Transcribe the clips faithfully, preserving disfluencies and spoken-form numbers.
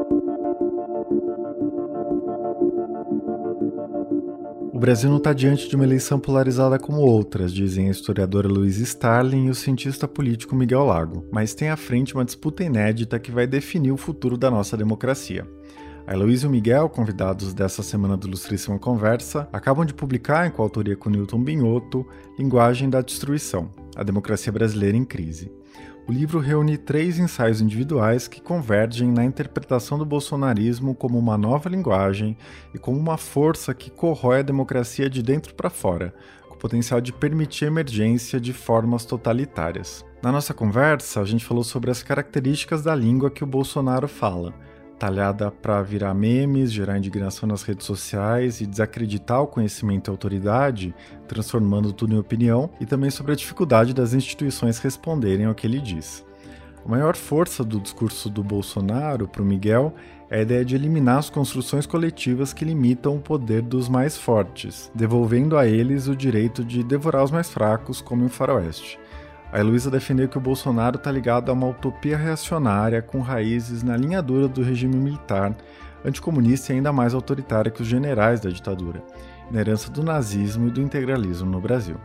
O Brasil não está diante de uma eleição polarizada como outras, dizem a historiadora Luiz Starling e o cientista político Miguel Lago, mas tem à frente uma disputa inédita que vai definir o futuro da nossa democracia. A Heloísa e o Miguel, convidados dessa semana do Ilustríssima Conversa, acabam de publicar, em coautoria com Newton Binhoto, Linguagem da Destruição, a democracia brasileira em crise. O livro reúne três ensaios individuais que convergem na interpretação do bolsonarismo como uma nova linguagem e como uma força que corrói a democracia de dentro para fora, com o potencial de permitir a emergência de formas totalitárias. Na nossa conversa, a gente falou sobre as características da língua que o Bolsonaro fala, talhada para virar memes, gerar indignação nas redes sociais e desacreditar o conhecimento e a autoridade, transformando tudo em opinião, e também sobre a dificuldade das instituições responderem ao que ele diz. A maior força do discurso do Bolsonaro, para o Miguel, é a ideia de eliminar as construções coletivas que limitam o poder dos mais fortes, devolvendo a eles o direito de devorar os mais fracos, como em Faroeste. A Heloísa defendeu que o Bolsonaro está ligado a uma utopia reacionária com raízes na linha dura do regime militar, anticomunista e ainda mais autoritária que os generais da ditadura, na herança do nazismo e do integralismo no Brasil.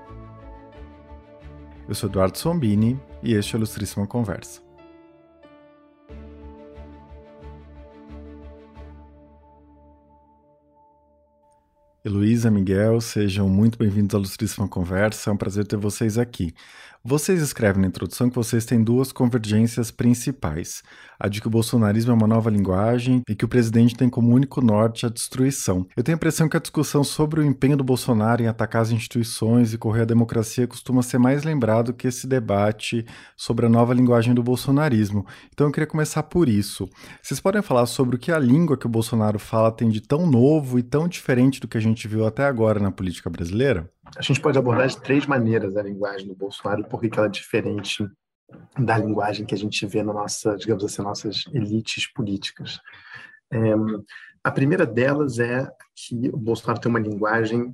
Eu sou Eduardo Sombini e este é o Ilustríssima Conversa. Heloísa, Miguel, sejam muito bem-vindos à Ilustríssima Conversa, é um prazer ter vocês aqui. Vocês escrevem na introdução que vocês têm duas convergências principais, a de que o bolsonarismo é uma nova linguagem e que o presidente tem como único norte a destruição. Eu tenho a impressão que a discussão sobre o empenho do Bolsonaro em atacar as instituições e correr a democracia costuma ser mais lembrado que esse debate sobre a nova linguagem do bolsonarismo. Então eu queria começar por isso. Vocês podem falar sobre o que a língua que o Bolsonaro fala tem de tão novo e tão diferente do que a gente viu até agora na política brasileira? A gente pode abordar de três maneiras a linguagem do Bolsonaro e por que ela é diferente da linguagem que a gente vê na nossa, digamos assim, nossas elites políticas. É, a primeira delas é que o Bolsonaro tem uma linguagem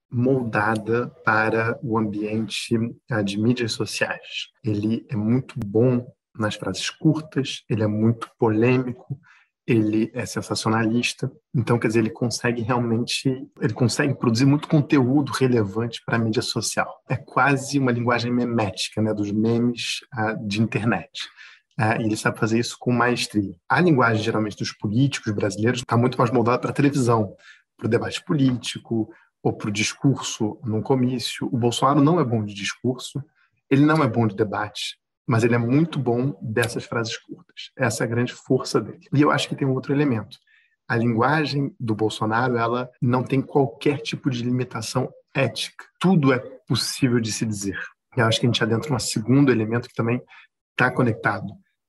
moldada para o ambiente de mídias sociais. Ele é muito bom nas frases curtas, ele é muito polêmico, ele é sensacionalista, então, quer dizer, ele consegue realmente, ele consegue produzir muito conteúdo relevante para a mídia social. É quase uma linguagem memética, né, dos memes uh, de internet. Uh, e ele sabe fazer isso com maestria. A linguagem, geralmente, dos políticos brasileiros está muito mais moldada para a televisão, para o debate político ou para o discurso num comício. O Bolsonaro não é bom de discurso, ele não é bom de debate, mas ele é muito bom dessas frases curtas. Essa é a grande força dele. E eu acho que tem um outro elemento. A linguagem do Bolsonaro, ela não tem qualquer tipo de limitação ética. Tudo é possível de se dizer. Eu acho que a gente adentra um segundo elemento que também está conectado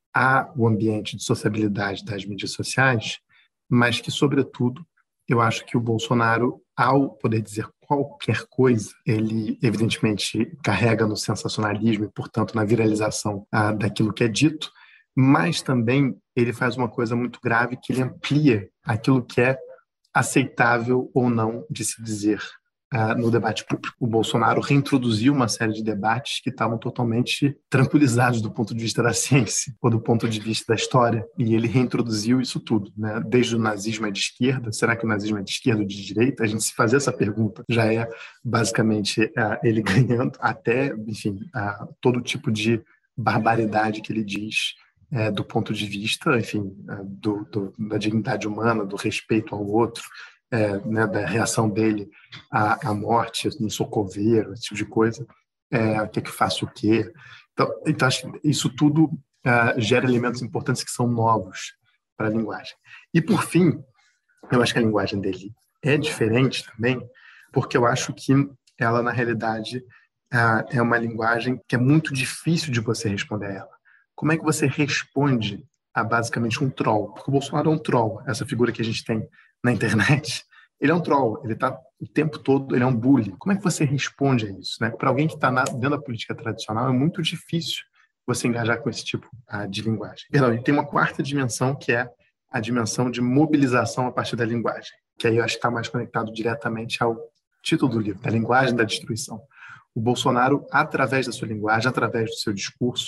ao ambiente de sociabilidade das mídias sociais, mas que, sobretudo, eu acho que o Bolsonaro, ao poder dizer qualquer coisa, ele evidentemente carrega no sensacionalismo e, portanto, na viralização ah, daquilo que é dito, mas também ele faz uma coisa muito grave, que ele amplia aquilo que é aceitável ou não de se dizer uh, no debate público. O Bolsonaro reintroduziu uma série de debates que estavam totalmente tranquilizados do ponto de vista da ciência ou do ponto de vista da história, e ele reintroduziu isso tudo, né? Desde o nazismo é de esquerda, será que o nazismo é de esquerda ou de direita? A gente se fazer essa pergunta já é basicamente uh, ele ganhando, até, enfim, uh, todo tipo de barbaridade que ele diz É, do ponto de vista, enfim, é, do, do, da dignidade humana, do respeito ao outro, é, né, da reação dele à, à morte, no socoveiro, esse tipo de coisa, é, quer que faça o quê? Então, então acho que isso tudo é, gera elementos importantes que são novos para a linguagem. E, por fim, eu acho que a linguagem dele é diferente também, porque eu acho que ela, na realidade, é, é uma linguagem que é muito difícil de você responder a ela. Como é que você responde a basicamente um troll? Porque o Bolsonaro é um troll, essa figura que a gente tem na internet. Ele é um troll, ele está o tempo todo, ele é um bully. Como é que você responde a isso, né? Para alguém que está dentro da política tradicional, é muito difícil você engajar com esse tipo uh, de linguagem. Perdão, e tem uma quarta dimensão, que é a dimensão de mobilização a partir da linguagem, que aí eu acho que está mais conectado diretamente ao título do livro, da linguagem da destruição. O Bolsonaro, através da sua linguagem, através do seu discurso,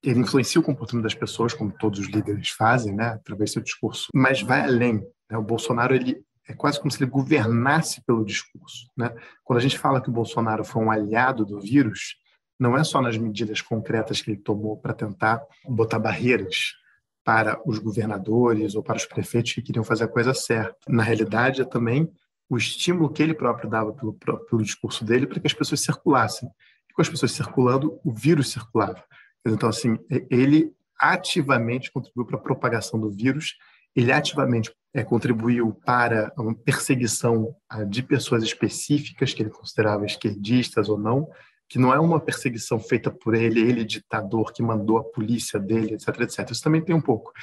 ele influencia o comportamento das pessoas, como todos os líderes fazem, né, através do seu discurso, mas vai além, né? O Bolsonaro, ele é quase como se ele governasse pelo discurso, né? Quando a gente fala que o Bolsonaro foi um aliado do vírus, não é só nas medidas concretas que ele tomou para tentar botar barreiras para os governadores ou para os prefeitos que queriam fazer a coisa certa. Na realidade, é também o estímulo que ele próprio dava pelo, pelo discurso dele para que as pessoas circulassem. E com as pessoas circulando, o vírus circulava. Então, assim, ele ativamente contribuiu para a propagação do vírus, ele ativamente é, contribuiu para uma perseguição ah, de pessoas específicas que ele considerava esquerdistas ou não, que não é uma perseguição feita por ele, ele ditador que mandou a polícia dele, etc, etcétera. Isso também tem um pouco,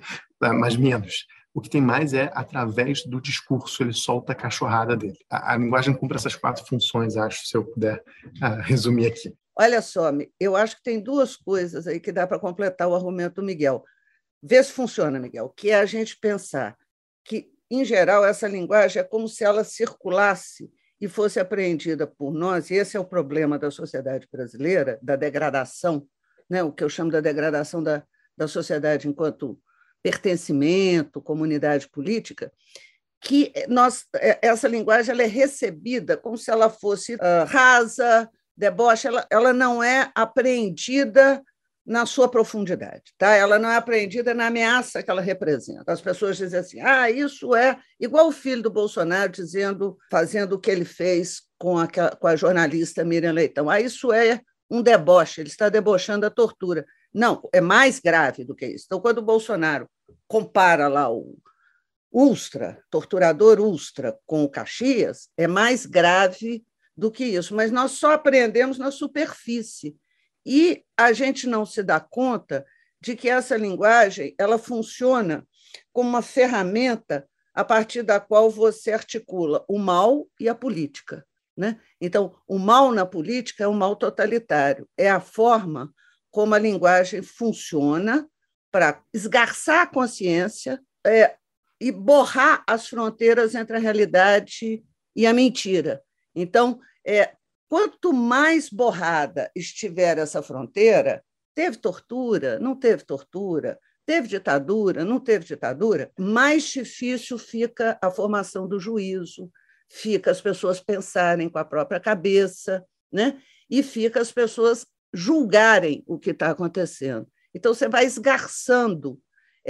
mas menos. O que tem mais é, através do discurso, ele solta a cachorrada dele. A, a linguagem cumpre essas quatro funções, acho, se eu puder ah, resumir aqui. Olha só, eu acho que tem duas coisas aí que dá para completar o argumento do Miguel. Vê se funciona, Miguel, que é a gente pensar que, em geral, essa linguagem é como se ela circulasse e fosse apreendida por nós, e esse é o problema da sociedade brasileira, da degradação, né? O que eu chamo da degradação da, da sociedade enquanto pertencimento, comunidade política, que nós, essa linguagem ela é recebida como se ela fosse uh, rasa, deboche, ela, ela não é apreendida na sua profundidade, tá? Ela não é apreendida na ameaça que ela representa. As pessoas dizem assim, ah, isso é igual o filho do Bolsonaro dizendo, fazendo o que ele fez com a, com a jornalista Miriam Leitão. Ah, isso é um deboche, ele está debochando a tortura. Não, é mais grave do que isso. Então, quando o Bolsonaro compara lá o Ustra, torturador Ustra, com o Caxias, é mais grave do que isso, mas nós só aprendemos na superfície. E a gente não se dá conta de que essa linguagem ela funciona como uma ferramenta a partir da qual você articula o mal e a política, né? Então, o mal na política é um mal totalitário, é a forma como a linguagem funciona para esgarçar a consciência é, e borrar as fronteiras entre a realidade e a mentira. Então, é, quanto mais borrada estiver essa fronteira, teve tortura, não teve tortura, teve ditadura, não teve ditadura, mais difícil fica a formação do juízo, fica as pessoas pensarem com a própria cabeça, né? E fica as pessoas julgarem o que está acontecendo. Então, você vai esgarçando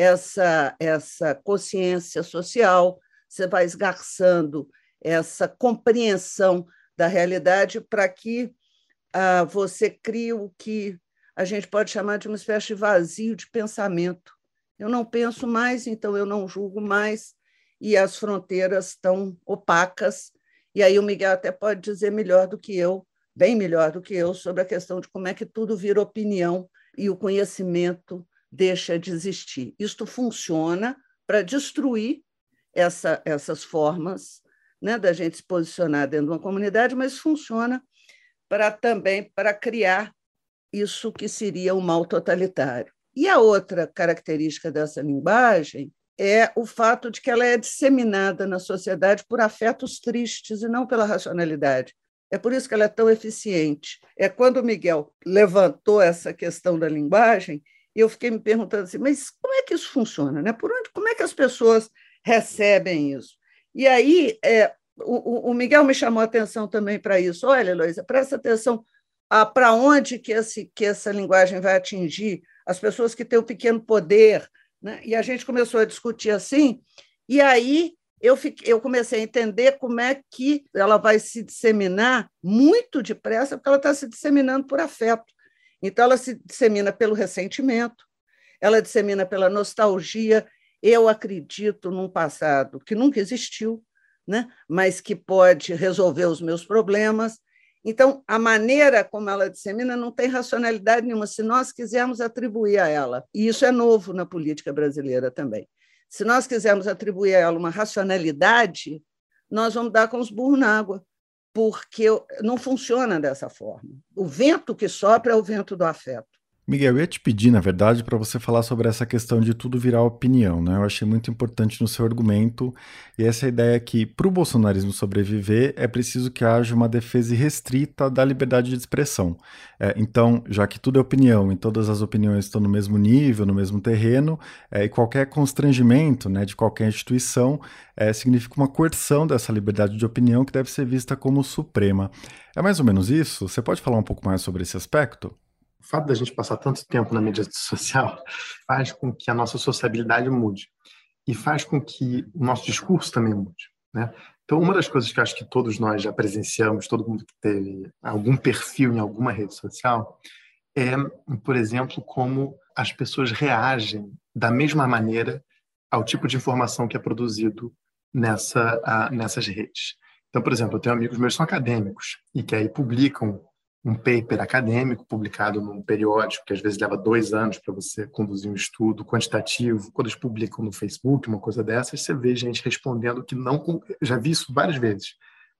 essa, essa consciência social, você vai esgarçando essa compreensão da realidade para que ah, você crie o que a gente pode chamar de uma espécie de vazio de pensamento. Eu não penso mais, então eu não julgo mais, e as fronteiras estão opacas, e aí o Miguel até pode dizer melhor do que eu, bem melhor do que eu, sobre a questão de como é que tudo vira opinião e o conhecimento deixa de existir. Isto funciona para destruir essa, essas formas, né, da gente se posicionar dentro de uma comunidade, mas funciona para também para criar isso que seria o mal totalitário. E a outra característica dessa linguagem é o fato de que ela é disseminada na sociedade por afetos tristes e não pela racionalidade. É por isso que ela é tão eficiente. É quando o Miguel levantou essa questão da linguagem, eu fiquei me perguntando assim, mas como é que isso funciona, né? Por onde, como é que as pessoas recebem isso? E aí, é, o, o Miguel me chamou a atenção também para isso. Olha, Heloísa, presta atenção para onde que, esse, que essa linguagem vai atingir as pessoas que têm o pequeno poder, né? E a gente começou a discutir assim, e aí eu, fiquei, eu comecei a entender como é que ela vai se disseminar muito depressa, porque ela está se disseminando por afeto. Então, ela se dissemina pelo ressentimento, ela dissemina pela nostalgia. Eu acredito num passado que nunca existiu, né? Mas que pode resolver os meus problemas. Então, a maneira como ela dissemina não tem racionalidade nenhuma, se nós quisermos atribuir a ela, e isso é novo na política brasileira também, se nós quisermos atribuir a ela uma racionalidade, nós vamos dar com os burros na água, porque não funciona dessa forma. O vento que sopra é o vento do afeto. Miguel, eu ia te pedir, na verdade, para você falar sobre essa questão de tudo virar opinião, né? Eu achei muito importante no seu argumento, e essa ideia que, para o bolsonarismo sobreviver, é preciso que haja uma defesa irrestrita da liberdade de expressão. É, então, já que tudo é opinião e todas as opiniões estão no mesmo nível, no mesmo terreno, é, e qualquer constrangimento, né, de qualquer instituição é, significa uma coerção dessa liberdade de opinião que deve ser vista como suprema. É mais ou menos isso? Você pode falar um pouco mais sobre esse aspecto? O fato da gente passar tanto tempo na mídia social faz com que a nossa sociabilidade mude e faz com que o nosso discurso também mude, né? Então, uma das coisas que eu acho que todos nós já presenciamos, todo mundo que teve algum perfil em alguma rede social, é, por exemplo, como as pessoas reagem da mesma maneira ao tipo de informação que é produzido nessa, a, nessas redes. Então, por exemplo, eu tenho amigos meus que são acadêmicos e que aí publicam um paper acadêmico publicado num periódico que às vezes leva dois anos para você conduzir um estudo quantitativo. Quando eles publicam no Facebook, uma coisa dessas, você vê gente respondendo que não... Já vi isso várias vezes.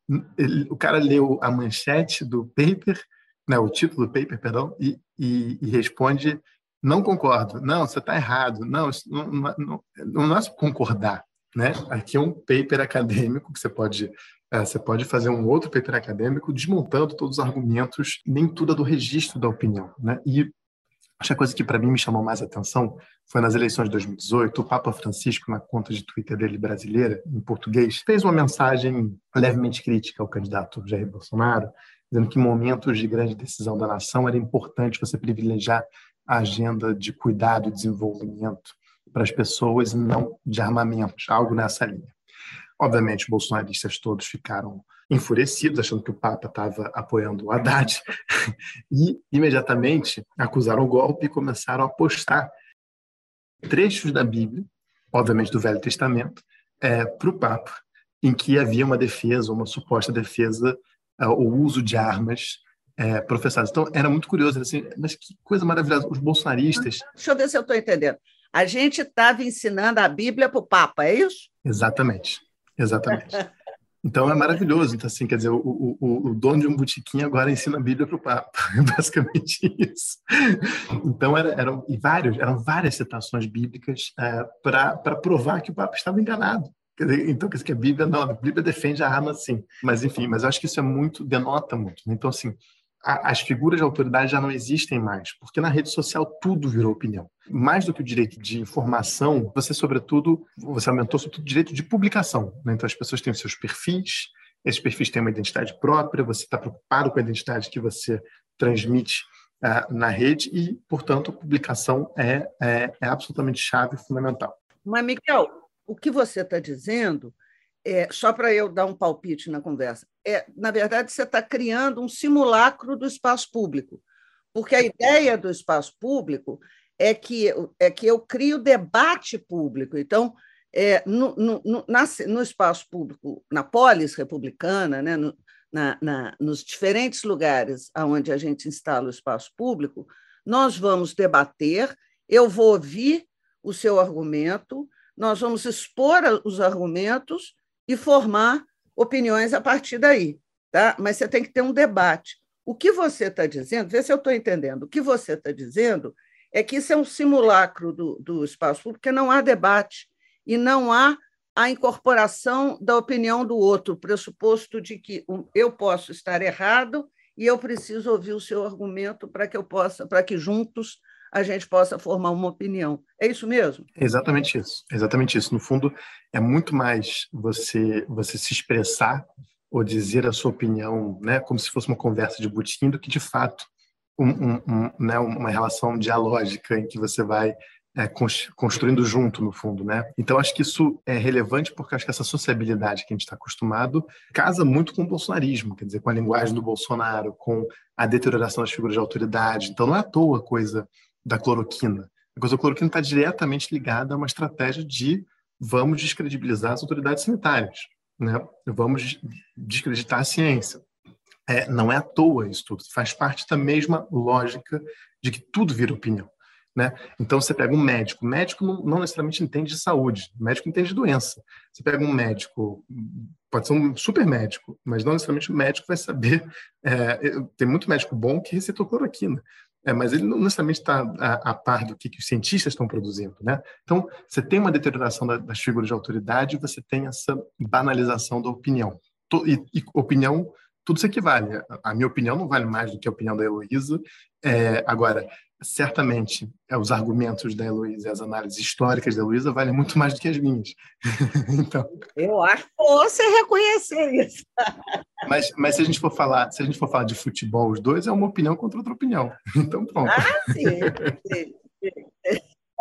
O cara leu a manchete do paper, né, o título do paper, perdão, e, e, e responde: não concordo, não, você está errado, não, isso não, não, não, não é só concordar, né? Aqui é um paper acadêmico que você pode... É, você pode fazer um outro paper acadêmico desmontando todos os argumentos, nem tudo é do registro da opinião, né? E acho que a coisa que para mim me chamou mais atenção foi nas eleições de dois mil e dezoito, o Papa Francisco, na conta de Twitter dele brasileira, em português, fez uma mensagem levemente crítica ao candidato Jair Bolsonaro, dizendo que em momentos de grande decisão da nação era importante você privilegiar a agenda de cuidado e desenvolvimento para as pessoas e não de armamentos, algo nessa linha. Obviamente, os bolsonaristas todos ficaram enfurecidos, achando que o Papa estava apoiando o Haddad, e imediatamente acusaram o golpe e começaram a postar trechos da Bíblia, obviamente do Velho Testamento, é, para o Papa, em que havia uma defesa, uma suposta defesa, é, o uso de armas é, professadas. Então, era muito curioso, assim, mas que coisa maravilhosa, os bolsonaristas... Deixa eu ver se eu estou entendendo. A gente estava ensinando a Bíblia para o Papa, é isso? Exatamente. Exatamente. Então é maravilhoso. Então, assim, quer dizer, o, o, o dono de um botequim agora ensina a Bíblia para o Papa. É basicamente isso. Então era, eram, e vários, eram várias citações bíblicas é, para provar que o Papa estava enganado. Quer dizer, então, quer dizer, que a Bíblia, não, a Bíblia defende a arma, sim. Mas, enfim, mas eu acho que isso é muito, denota muito. Então, assim, a, as figuras de autoridade já não existem mais, porque na rede social tudo virou opinião. Mais do que o direito de informação, você, sobretudo, você aumentou, sobretudo, o direito de publicação, né? Então, as pessoas têm os seus perfis, esses perfis têm uma identidade própria, você está preocupado com a identidade que você transmite uh, na rede e, portanto, a publicação é, é, é absolutamente chave e fundamental. Mas, Miguel, o que você está dizendo, é, só para eu dar um palpite na conversa, é, na verdade, você está criando um simulacro do espaço público, porque a ideia do espaço público é que, é que eu crio debate público. Então, é, no, no, no, na, no espaço público, na polis republicana, né, no, na, na, nos diferentes lugares onde a gente instala o espaço público, nós vamos debater, eu vou ouvir o seu argumento, nós vamos expor os argumentos e formar opiniões a partir daí, tá? Mas você tem que ter um debate. O que você está dizendo, vê se eu estou entendendo, o que você está dizendo é que isso é um simulacro do, do espaço público, porque não há debate e não há a incorporação da opinião do outro, o pressuposto de que eu posso estar errado e eu preciso ouvir o seu argumento para que eu possa, para que juntos a gente possa formar uma opinião. É isso mesmo? É exatamente isso. É exatamente isso. No fundo, é muito mais você, você se expressar ou dizer a sua opinião, né, como se fosse uma conversa de botequim, do que, de fato, um, um, um, né, uma relação dialógica em que você vai é, construindo junto, no fundo, né? Então, acho que isso é relevante porque acho que essa sociabilidade que a gente está acostumado casa muito com o bolsonarismo, quer dizer, com a linguagem do Bolsonaro, com a deterioração das figuras de autoridade. Então, não é à toa a coisa da cloroquina. A coisa da cloroquina está diretamente ligada a uma estratégia de vamos descredibilizar as autoridades sanitárias, né? Vamos descreditar a ciência. É, não é à toa isso tudo, faz parte da mesma lógica de que tudo vira opinião, né? Então, você pega um médico, o médico não, não necessariamente entende de saúde, o médico entende de doença. Você pega um médico, pode ser um super médico, mas não necessariamente o médico vai saber. É, tem muito médico bom que receitou cloroquina. É, mas ele não necessariamente está a, a par do que, que os cientistas estão produzindo, né? Então, você tem uma deterioração da, das figuras de autoridade e você tem essa banalização da opinião. E, e opinião, tudo se equivale. A, a minha opinião não vale mais do que a opinião da Heloísa. É, agora, certamente, é, os argumentos da Heloísa e as análises históricas da Heloísa valem muito mais do que as minhas. Então, eu acho que você reconhecer isso. Mas, mas se a gente for falar, se a gente for falar de futebol, os dois é uma opinião contra outra opinião. Então, pronto. Ah, sim, sim, sim.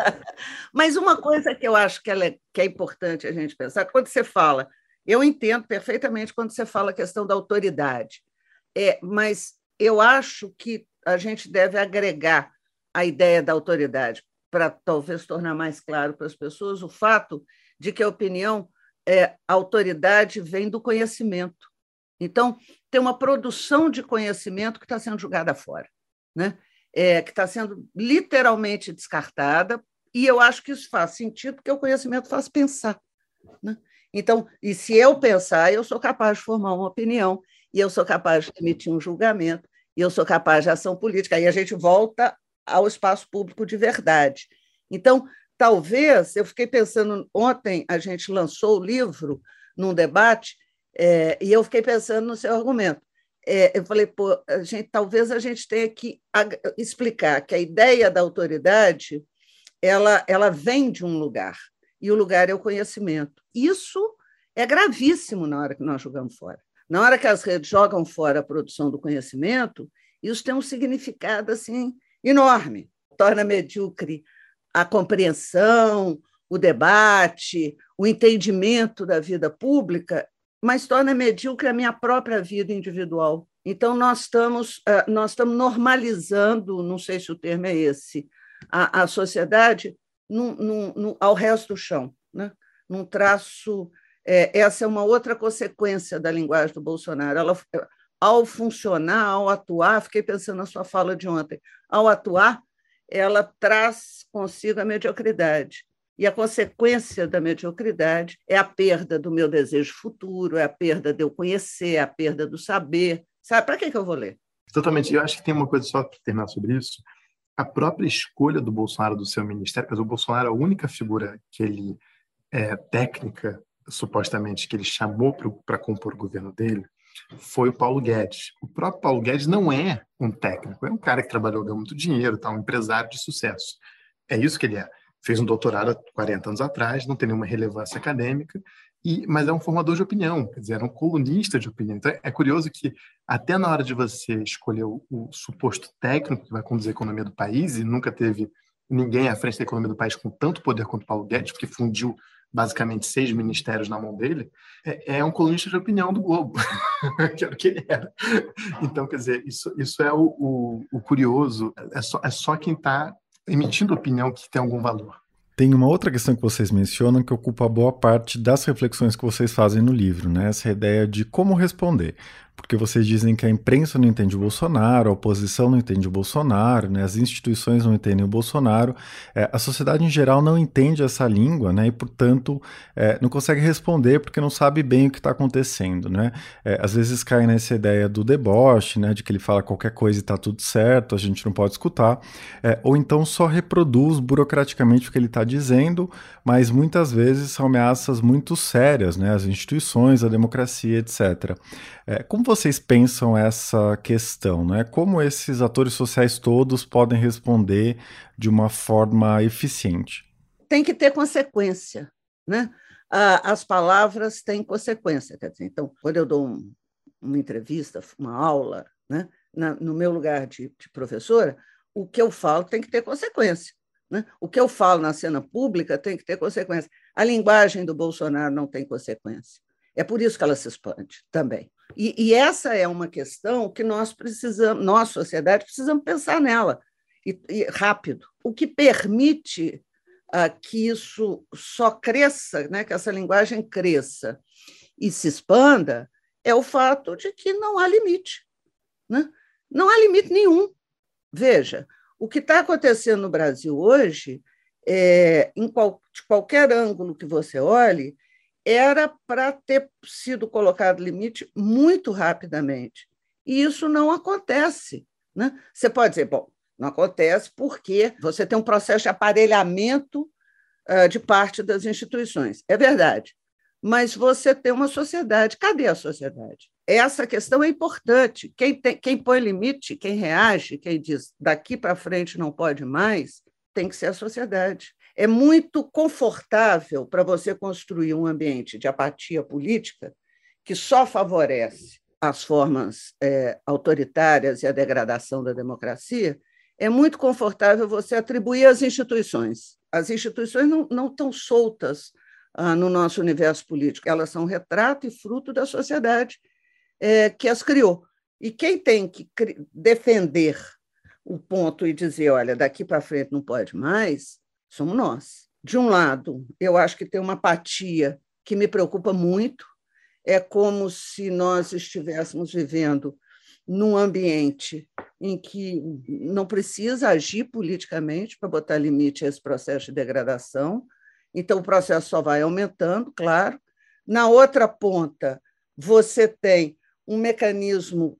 Mas uma coisa que eu acho que, ela é, que é importante a gente pensar, quando você fala, eu entendo perfeitamente quando você fala a questão da autoridade, é, mas eu acho que a gente deve agregar a ideia da autoridade para talvez tornar mais claro para as pessoas o fato de que a opinião, é, a autoridade vem do conhecimento. Então, tem uma produção de conhecimento que está sendo jogada fora, né? É, que está sendo literalmente descartada, e eu acho que isso faz sentido, porque o conhecimento faz pensar, né? Então, e se eu pensar, eu sou capaz de formar uma opinião, e eu sou capaz de emitir um julgamento, e eu sou capaz de ação política. Aí a gente volta ao espaço público de verdade. Então, talvez, eu fiquei pensando, ontem a gente lançou o livro num debate, é, e eu fiquei pensando no seu argumento. É, eu falei, pô, a gente, talvez a gente tenha que explicar que a ideia da autoridade ela, ela vem de um lugar, e o lugar é o conhecimento. Isso é gravíssimo na hora que nós jogamos fora. Na hora que as redes jogam fora a produção do conhecimento, isso tem um significado assim, enorme. Torna medíocre a compreensão, o debate, o entendimento da vida pública, mas torna medíocre a minha própria vida individual. Então, nós estamos, nós estamos normalizando, não sei se o termo é esse, a, a sociedade num, num, num, ao resto do chão, né? Num traço... É, essa é uma outra consequência da linguagem do Bolsonaro. Ela, ao funcionar, ao atuar, fiquei pensando na sua fala de ontem, ao atuar, ela traz consigo a mediocridade. E a consequência da mediocridade é a perda do meu desejo futuro, é a perda de eu conhecer, é a perda do saber. Sabe, para que, que eu vou ler? Totalmente. Eu acho que tem uma coisa só para terminar sobre isso. A própria escolha do Bolsonaro, do seu ministério, porque o Bolsonaro é a única figura que ele é técnica, supostamente, que ele chamou para compor o governo dele, foi o Paulo Guedes. O próprio Paulo Guedes não é um técnico, é um cara que trabalhou, ganhou muito dinheiro, tá, um empresário de sucesso. É isso que ele é. Fez um doutorado há quarenta anos atrás, não tem nenhuma relevância acadêmica, e, mas é um formador de opinião, quer dizer, era um colunista de opinião. Então, é curioso que, até na hora de você escolher o, o suposto técnico que vai conduzir a economia do país, e nunca teve ninguém à frente da economia do país com tanto poder quanto o Paulo Guedes, porque fundiu basicamente seis ministérios na mão dele, é, é um colunista de opinião do Globo, que era o que ele era. Então, quer dizer, isso, isso é o, o, o curioso, é só, é só quem está emitindo opinião que tem algum valor. Tem uma outra questão que vocês mencionam que ocupa boa parte das reflexões que vocês fazem no livro, né? Essa ideia de como responder. Porque vocês dizem que a imprensa não entende o Bolsonaro, a oposição não entende o Bolsonaro, né? As instituições não entendem o Bolsonaro, é, a sociedade em geral não entende essa língua, né? E, portanto, é, não consegue responder porque não sabe bem o que está acontecendo, né? É, às vezes cai nessa ideia do deboche, né? De que ele fala qualquer coisa e está tudo certo, a gente não pode escutar, é, ou então só reproduz burocraticamente o que ele está dizendo, mas muitas vezes são ameaças muito sérias, né? As instituições, a democracia, etcétera. É, como vocês pensam essa questão, né? Como esses atores sociais todos podem responder de uma forma eficiente? Tem que ter consequência, né? As palavras têm consequência. Quer dizer, então, quando eu dou um, uma entrevista, uma aula, né? Na, no meu lugar de, de professora, o que eu falo tem que ter consequência, né? O que eu falo na cena pública tem que ter consequência. A linguagem do Bolsonaro não tem consequência. É por isso que ela se expande também. E, e essa é uma questão que nós precisamos, nós, sociedade, precisamos pensar nela, e, e rápido. O que permite ah, que isso só cresça, né, que essa linguagem cresça e se expanda, é o fato de que não há limite, né? Não há limite nenhum. Veja, o que está acontecendo no Brasil hoje, é, em qual, de qualquer ângulo que você olhe, era para ter sido colocado limite muito rapidamente. E isso não acontece, né? Você pode dizer, bom, Não acontece porque você tem um processo de aparelhamento uh, de parte das instituições. É verdade. Mas você tem uma sociedade. Cadê a sociedade? Essa questão é importante. Quem, tem, quem põe limite, quem reage, quem diz daqui para frente não pode mais, tem que ser a sociedade. É muito confortável para você construir um ambiente de apatia política que só favorece as formas é, autoritárias e a degradação da democracia. É muito confortável você atribuir às instituições. As instituições não, não estão soltas ah, no nosso universo político, elas são retrato e fruto da sociedade é, que as criou. E quem tem que defender o ponto e dizer, olha, daqui para frente não pode mais, somos nós. De um lado, eu acho que tem uma apatia que me preocupa muito, é como se nós estivéssemos vivendo num ambiente em que não precisa agir politicamente para botar limite a esse processo de degradação, então o processo só vai aumentando, claro. Na outra ponta, você tem um mecanismo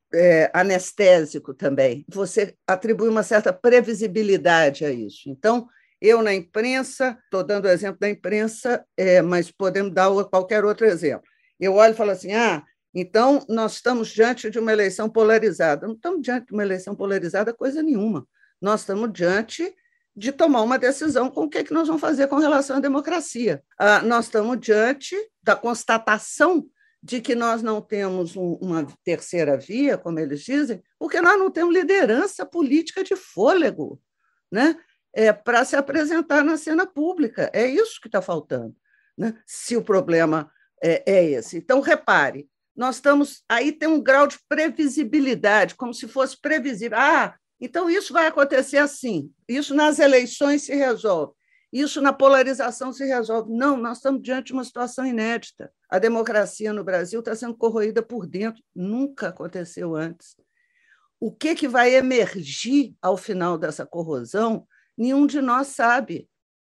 é, anestésico também, você atribui uma certa previsibilidade a isso. Então, eu na imprensa, estou dando o exemplo da imprensa, é, mas podemos dar qualquer outro exemplo. Eu olho e falo assim, ah, então nós estamos diante de uma eleição polarizada. Não estamos diante de uma eleição polarizada coisa nenhuma. Nós estamos diante de tomar uma decisão com o que, é que nós vamos fazer com relação à democracia. Ah, nós estamos diante da constatação de que nós não temos um, uma terceira via, como eles dizem, porque nós não temos liderança política de fôlego, né? É, para se apresentar na cena pública. É isso que está faltando, né? Se o problema é, é esse. Então, repare, nós estamos... Aí tem um grau de previsibilidade, como se fosse previsível. Ah, então isso vai acontecer assim, isso nas eleições se resolve, isso na polarização se resolve. Não, nós estamos diante de uma situação inédita. A democracia no Brasil está sendo corroída por dentro, nunca aconteceu antes. O que, que vai emergir ao final dessa corrosão, nenhum de nós sabe,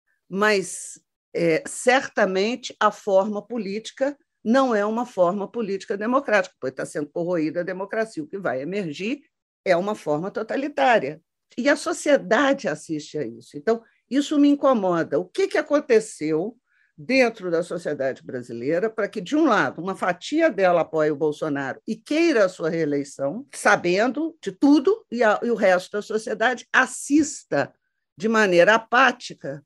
mas é, certamente a forma política não é uma forma política democrática, pois está sendo corroída a democracia. O que vai emergir é uma forma totalitária. E a sociedade assiste a isso. Então, isso me incomoda. O que, que aconteceu dentro da sociedade brasileira para que, de um lado, uma fatia dela apoie o Bolsonaro e queira a sua reeleição, sabendo de tudo, e, a, e o resto da sociedade assista de maneira apática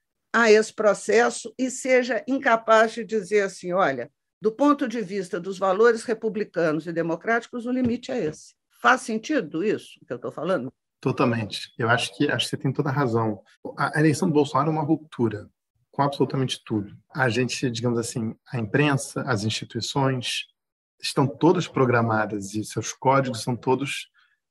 a esse processo e seja incapaz de dizer assim, olha, do ponto de vista dos valores republicanos e democráticos, o limite é esse. Faz sentido isso que eu estou falando? Totalmente. Eu acho que, acho que você tem toda a razão. A eleição do Bolsonaro é uma ruptura com absolutamente tudo. A gente, digamos assim, a imprensa, as instituições estão todas programadas e seus códigos são todos,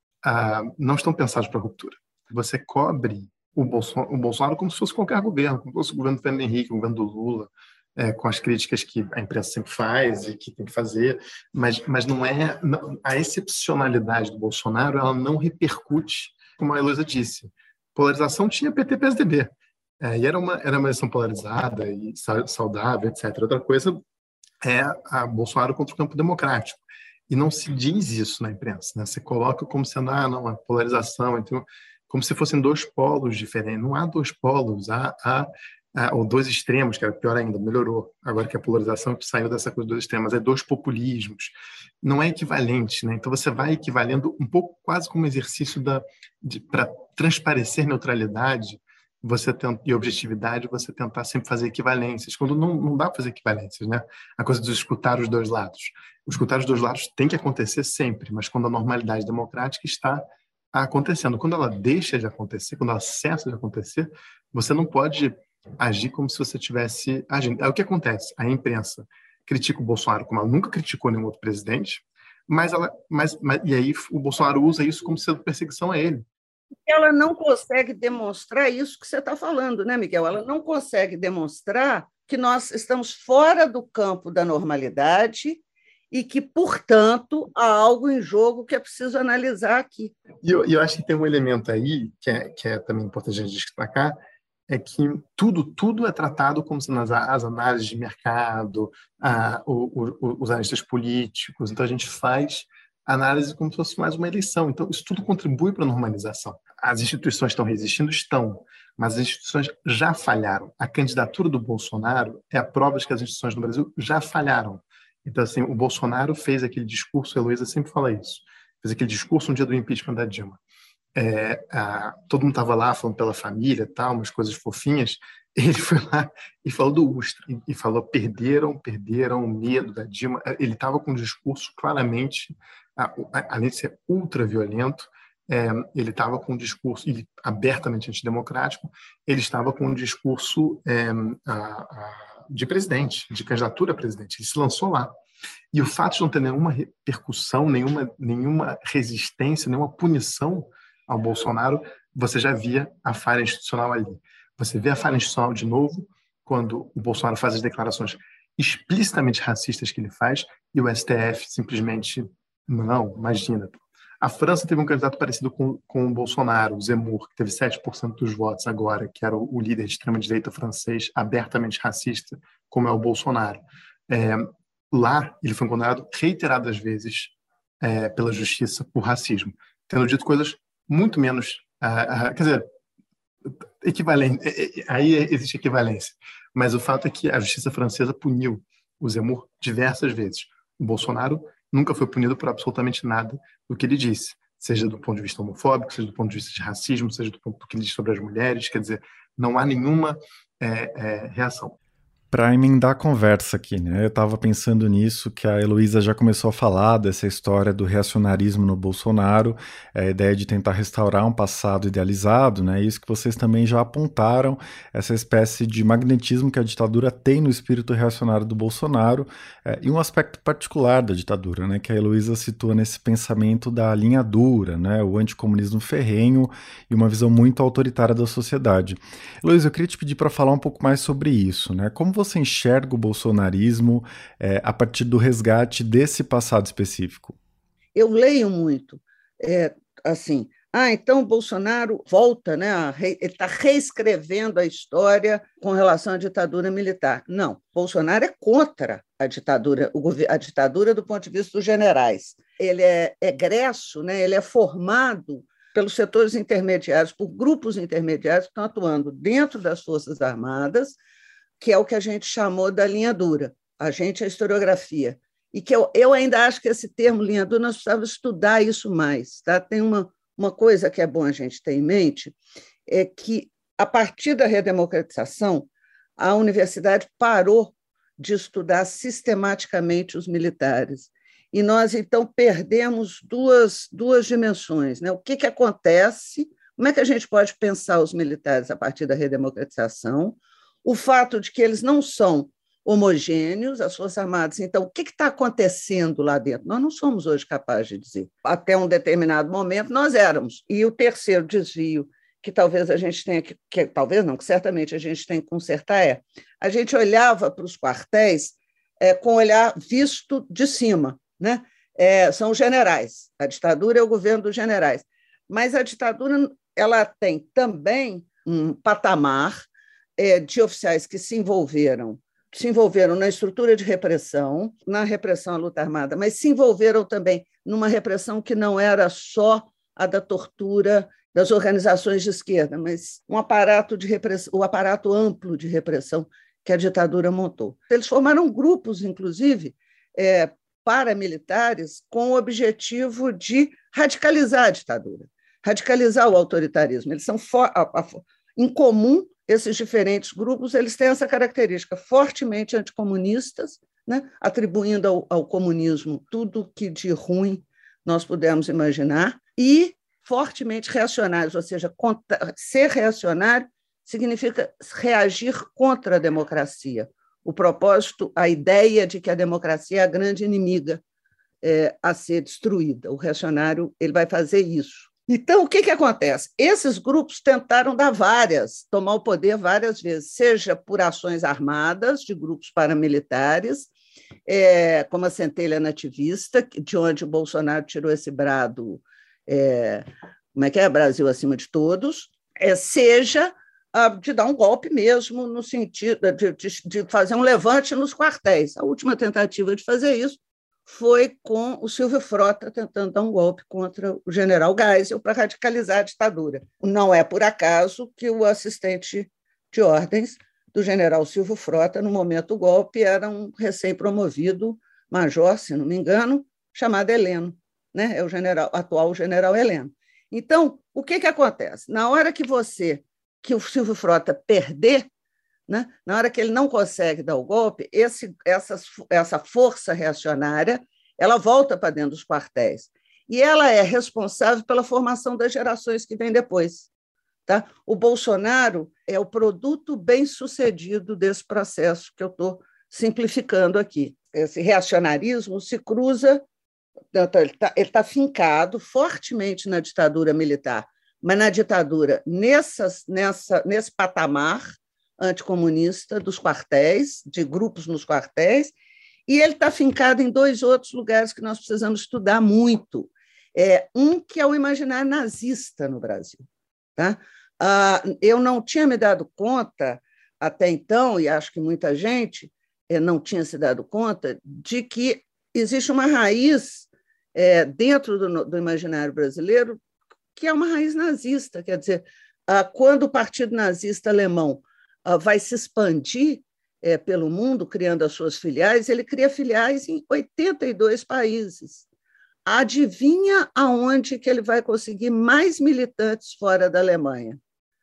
ah, não estão pensados para ruptura. Você cobre o Bolsonaro, o Bolsonaro como se fosse qualquer governo, como se fosse o governo do Fernando Henrique, o governo do Lula, é, com as críticas que a imprensa sempre faz e que tem que fazer, mas, mas não é... Não, a excepcionalidade do Bolsonaro ela não repercute, como a Heloísa disse. Polarização tinha P T P S D B, é, e era uma, era uma eleição polarizada e saudável, etcétera. Outra coisa é a Bolsonaro contra o campo democrático. E não se diz isso na imprensa, né? Você coloca como sendo, ah, não, a polarização, então, como se fossem dois polos diferentes. Não há dois polos, há, há, há ou dois extremos, que era pior ainda, melhorou. Agora que a polarização saiu dessa coisa dos dois extremos, é dois populismos. Não é equivalente, né? Então você vai equivalendo um pouco quase como exercício da, para transparecer neutralidade você tenta, e objetividade, você tentar sempre fazer equivalências, quando não, não dá para fazer equivalências, né? A coisa de escutar os dois lados. Escutar os dois lados tem que acontecer sempre, mas quando a normalidade democrática está acontecendo. Quando ela deixa de acontecer, quando ela cessa de acontecer, você não pode agir como se você estivesse agindo. É o que acontece. A imprensa critica o Bolsonaro como ela nunca criticou nenhum outro presidente, mas ela, mas, mas, e aí o Bolsonaro usa isso como sendo perseguição a ele. Ela não consegue demonstrar isso que você está falando, né, Miguel? Ela não consegue demonstrar que nós estamos fora do campo da normalidade e que, portanto, há algo em jogo que é preciso analisar aqui. E eu, eu acho que tem um elemento aí que é, que é também importante a gente destacar, é que tudo, tudo é tratado como se nas as análises de mercado, a, o, o, os analistas políticos, então a gente faz análise como se fosse mais uma eleição. Então, isso tudo contribui para a normalização. As instituições estão resistindo? Estão, mas as instituições já falharam. A candidatura do Bolsonaro é a prova de que as instituições no Brasil já falharam. Então, assim, o Bolsonaro fez aquele discurso, a Heloísa sempre fala isso, fez aquele discurso no dia do impeachment da Dilma. É, a, todo mundo estava lá falando pela família, tal, umas coisas fofinhas. Ele foi lá e falou do Ustra, e, e falou, perderam, perderam o medo da Dilma. Ele estava com um discurso claramente, a, a, além de ser ultra violento, é, ele estava com um discurso ele, abertamente antidemocrático, ele estava com um discurso é, a, a, de presidente, de candidatura a presidente. Ele se lançou lá. E o fato de não ter nenhuma repercussão, nenhuma, nenhuma resistência, nenhuma punição ao Bolsonaro, você já via a falha institucional ali. Você vê a falha institucional de novo quando o Bolsonaro faz as declarações explicitamente racistas que ele faz e o S T F simplesmente, não, imagina. A França teve um candidato parecido com, com o Bolsonaro, o Zemmour, que teve sete por cento dos votos agora, que era o, o líder de extrema-direita francês, abertamente racista, como é o Bolsonaro. É, lá, ele foi condenado reiteradas vezes é, pela justiça por racismo, tendo dito coisas muito menos... Uh, uh, quer dizer, equivalente, aí existe equivalência. Mas o fato é que a justiça francesa puniu o Zemmour diversas vezes. O Bolsonaro nunca foi punido por absolutamente nada do que ele disse, seja do ponto de vista homofóbico, seja do ponto de vista de racismo, seja do ponto do que ele diz sobre as mulheres. Quer dizer, não há nenhuma é, é, reação. Para emendar a conversa aqui, né? Eu estava pensando nisso, que a Heloísa já começou a falar dessa história do reacionarismo no Bolsonaro, a ideia de tentar restaurar um passado idealizado, né? Isso que vocês também já apontaram, essa espécie de magnetismo que a ditadura tem no espírito reacionário do Bolsonaro, é, e um aspecto particular da ditadura, né? Que a Heloísa situa nesse pensamento da linha dura, né? O anticomunismo ferrenho e uma visão muito autoritária da sociedade. Heloísa, eu queria te pedir para falar um pouco mais sobre isso, né? Como você enxerga o bolsonarismo é, a partir do resgate desse passado específico? Eu leio muito, é, assim, ah, então o Bolsonaro volta, né, re, ele está reescrevendo a história com relação à ditadura militar. Não, Bolsonaro é contra a ditadura, a ditadura do ponto de vista dos generais. Ele é egresso, né, ele é formado pelos setores intermediários, por grupos intermediários que estão atuando dentro das Forças Armadas, que é o que a gente chamou da linha dura, a gente é a historiografia. E que eu, eu ainda acho que esse termo linha dura, nós precisamos estudar isso mais. Tá? Tem uma, uma coisa que é bom a gente ter em mente, é que, a partir da redemocratização, a universidade parou de estudar sistematicamente os militares. E nós, então, perdemos duas, duas dimensões. Né? O que, que acontece, como é que a gente pode pensar os militares a partir da redemocratização, o fato de que eles não são homogêneos, as Forças Armadas. Então, o que está acontecendo lá dentro? Nós não somos hoje capazes de dizer. Até um determinado momento, nós éramos. E o terceiro desvio, que talvez a gente tenha que, que talvez não, que certamente a gente tem que consertar, é a gente olhava para os quartéis é, com o olhar visto de cima. Né? É, são os generais. A ditadura é o governo dos generais. Mas a ditadura ela tem também um patamar de oficiais que se envolveram, se envolveram na estrutura de repressão, na repressão à luta armada, mas se envolveram também numa repressão que não era só a da tortura das organizações de esquerda, mas um aparato de repressão, o aparato amplo de repressão que a ditadura montou. Eles formaram grupos, inclusive, é, paramilitares, com o objetivo de radicalizar a ditadura, radicalizar o autoritarismo. Eles são for, a, a, em comum. Esses diferentes grupos eles têm essa característica fortemente anticomunistas, né? Atribuindo ao, ao comunismo tudo que de ruim nós pudemos imaginar, e fortemente reacionários, ou seja, contra, ser reacionário significa reagir contra a democracia. O propósito, a ideia de que a democracia é a grande inimiga é, a ser destruída. O reacionário ele vai fazer isso. Então, o que, que acontece? Esses grupos tentaram dar várias, tomar o poder várias vezes, seja por ações armadas de grupos paramilitares, é, como a Centelha Nativista, de onde o Bolsonaro tirou esse brado, é, como é que é? Brasil acima de todos, é, seja a, de dar um golpe mesmo, no sentido de, de, de fazer um levante nos quartéis. A última tentativa de fazer isso foi com o Silvio Frota tentando dar um golpe contra o general Geisel para radicalizar a ditadura. Não é por acaso que o assistente de ordens do general Silvio Frota, no momento do golpe, era um recém-promovido major, se não me engano, chamado Heleno, né? É o general, atual general Heleno. Então, o que, que acontece? Na hora que você, que o Silvio Frota perder, né? Na hora que ele não consegue dar o golpe, esse, essa, essa força reacionária ela volta para dentro dos quartéis. E ela é responsável pela formação das gerações que vêm depois. Tá? O Bolsonaro é o produto bem-sucedido desse processo que eu estou simplificando aqui. Esse reacionarismo se cruza, ele está ele tá fincado fortemente na ditadura militar, mas na ditadura, nessas, nessa, nesse patamar anticomunista dos quartéis, de grupos nos quartéis, e ele está fincado em dois outros lugares que nós precisamos estudar muito. É, um que é o imaginário nazista no Brasil. Tá? Ah, eu não tinha me dado conta até então, e acho que muita gente não tinha se dado conta, de que existe uma raiz é, dentro do, do imaginário brasileiro que é uma raiz nazista. Quer dizer, ah, quando o Partido Nazista Alemão vai se expandir é, pelo mundo, criando as suas filiais, ele cria filiais em oitenta e dois países. Adivinha aonde que ele vai conseguir mais militantes fora da Alemanha?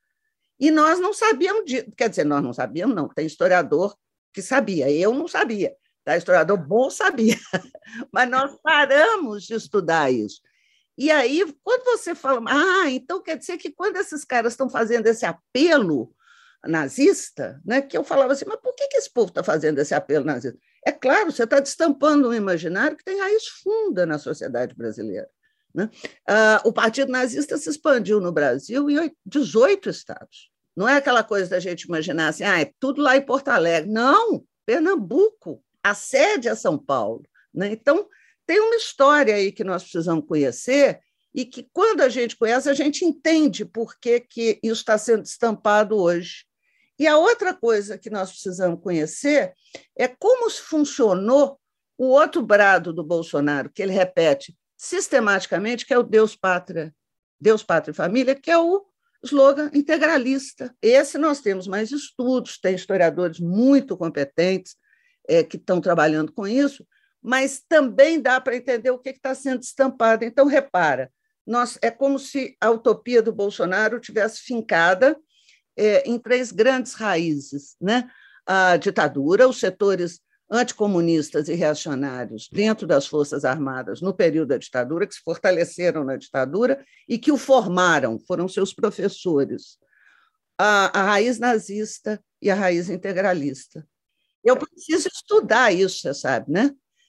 E nós não sabíamos disso. Quer dizer, nós não sabíamos, não. Tem historiador que sabia, eu não sabia. Tá? Historiador bom sabia. Mas nós paramos de estudar isso. E aí, quando você fala, ah, então quer dizer que quando esses caras estão fazendo esse apelo nazista, né, que eu falava assim, mas por que, que esse povo está fazendo esse apelo nazista? É claro, você está destampando um imaginário que tem raiz funda na sociedade brasileira. Né? Ah, o Partido Nazista se expandiu no Brasil em dezoito estados. Não é aquela coisa da gente imaginar assim, ah, é tudo lá em Porto Alegre. Não, Pernambuco, a sede é São Paulo. Né? Então, tem uma história aí que nós precisamos conhecer e que, quando a gente conhece, a gente entende por que, que isso está sendo destampado hoje. E a outra coisa que nós precisamos conhecer é como funcionou o outro brado do Bolsonaro, que ele repete sistematicamente, que é o Deus, Pátria, Deus, Pátria e Família, que é o slogan integralista. Esse nós temos mais estudos, tem historiadores muito competentes é, que estão trabalhando com isso, mas também dá para entender o que está sendo estampado. Então, repara, nós, é como se a utopia do Bolsonaro tivesse fincada é, em três grandes raízes, né? A ditadura, os setores anticomunistas e reacionários dentro das Forças Armadas no período da ditadura, que se fortaleceram na ditadura e que o formaram, foram seus professores. A, a raiz nazista e a raiz integralista. Eu preciso estudar isso, você sabe, né?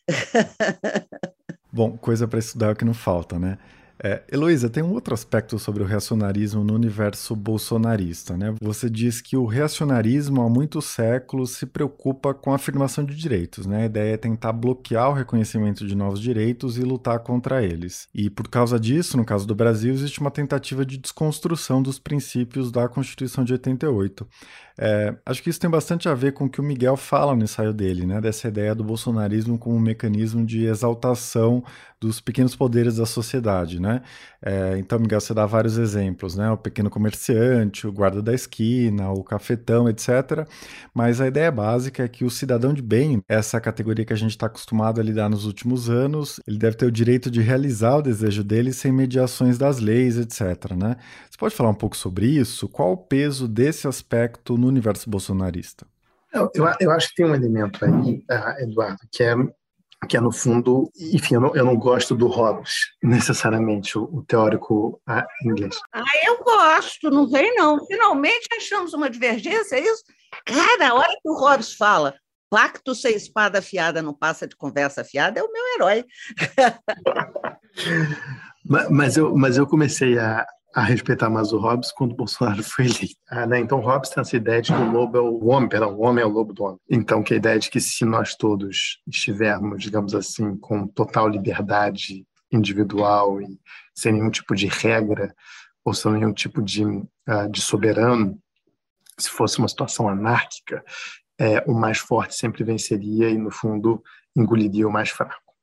Bom, coisa para estudar é o que não falta, né? É, Heloísa, tem um outro aspecto sobre o reacionarismo no universo bolsonarista, né? Você diz que o reacionarismo há muitos séculos se preocupa com a afirmação de direitos, né? A ideia é tentar bloquear o reconhecimento de novos direitos e lutar contra eles. E por causa disso, no caso do Brasil, existe uma tentativa de desconstrução dos princípios da Constituição de oitenta e oito. É, acho que isso tem bastante a ver com o que o Miguel fala no ensaio dele, né? Dessa ideia do bolsonarismo como um mecanismo de exaltação dos pequenos poderes da sociedade, né? É, então, Miguel, você dá vários exemplos, né? O pequeno comerciante, o guarda da esquina, o cafetão, etcétera. Mas a ideia básica é que o cidadão de bem, essa categoria que a gente está acostumado a lidar nos últimos anos, ele deve ter o direito de realizar o desejo dele sem mediações das leis, etcétera, né? Você pode falar um pouco sobre isso? Qual o peso desse aspecto no universo bolsonarista? Eu, eu, eu acho que tem um elemento aí, uh, Eduardo, que é, que é no fundo, enfim, eu não, eu não gosto do Hobbes, necessariamente, o, o teórico uh, inglês. Ah, eu gosto, não vem não. Finalmente achamos uma divergência, é isso? Cara, a hora que o Hobbes fala, pacto sem espada afiada não passa de conversa afiada, é o meu herói. mas, mas, eu, mas eu comecei a a respeitar mais o Hobbes quando o Bolsonaro foi eleito. Ah, né? Então, Hobbes tem essa ideia de que o lobo é o homem, perdão, o homem é o lobo do homem. Então, que a ideia de que se nós todos estivermos, digamos assim, com total liberdade individual e sem nenhum tipo de regra ou sem nenhum tipo de, uh, de soberano, se fosse uma situação anárquica, é, o mais forte sempre venceria e, no fundo, engoliria o mais fraco.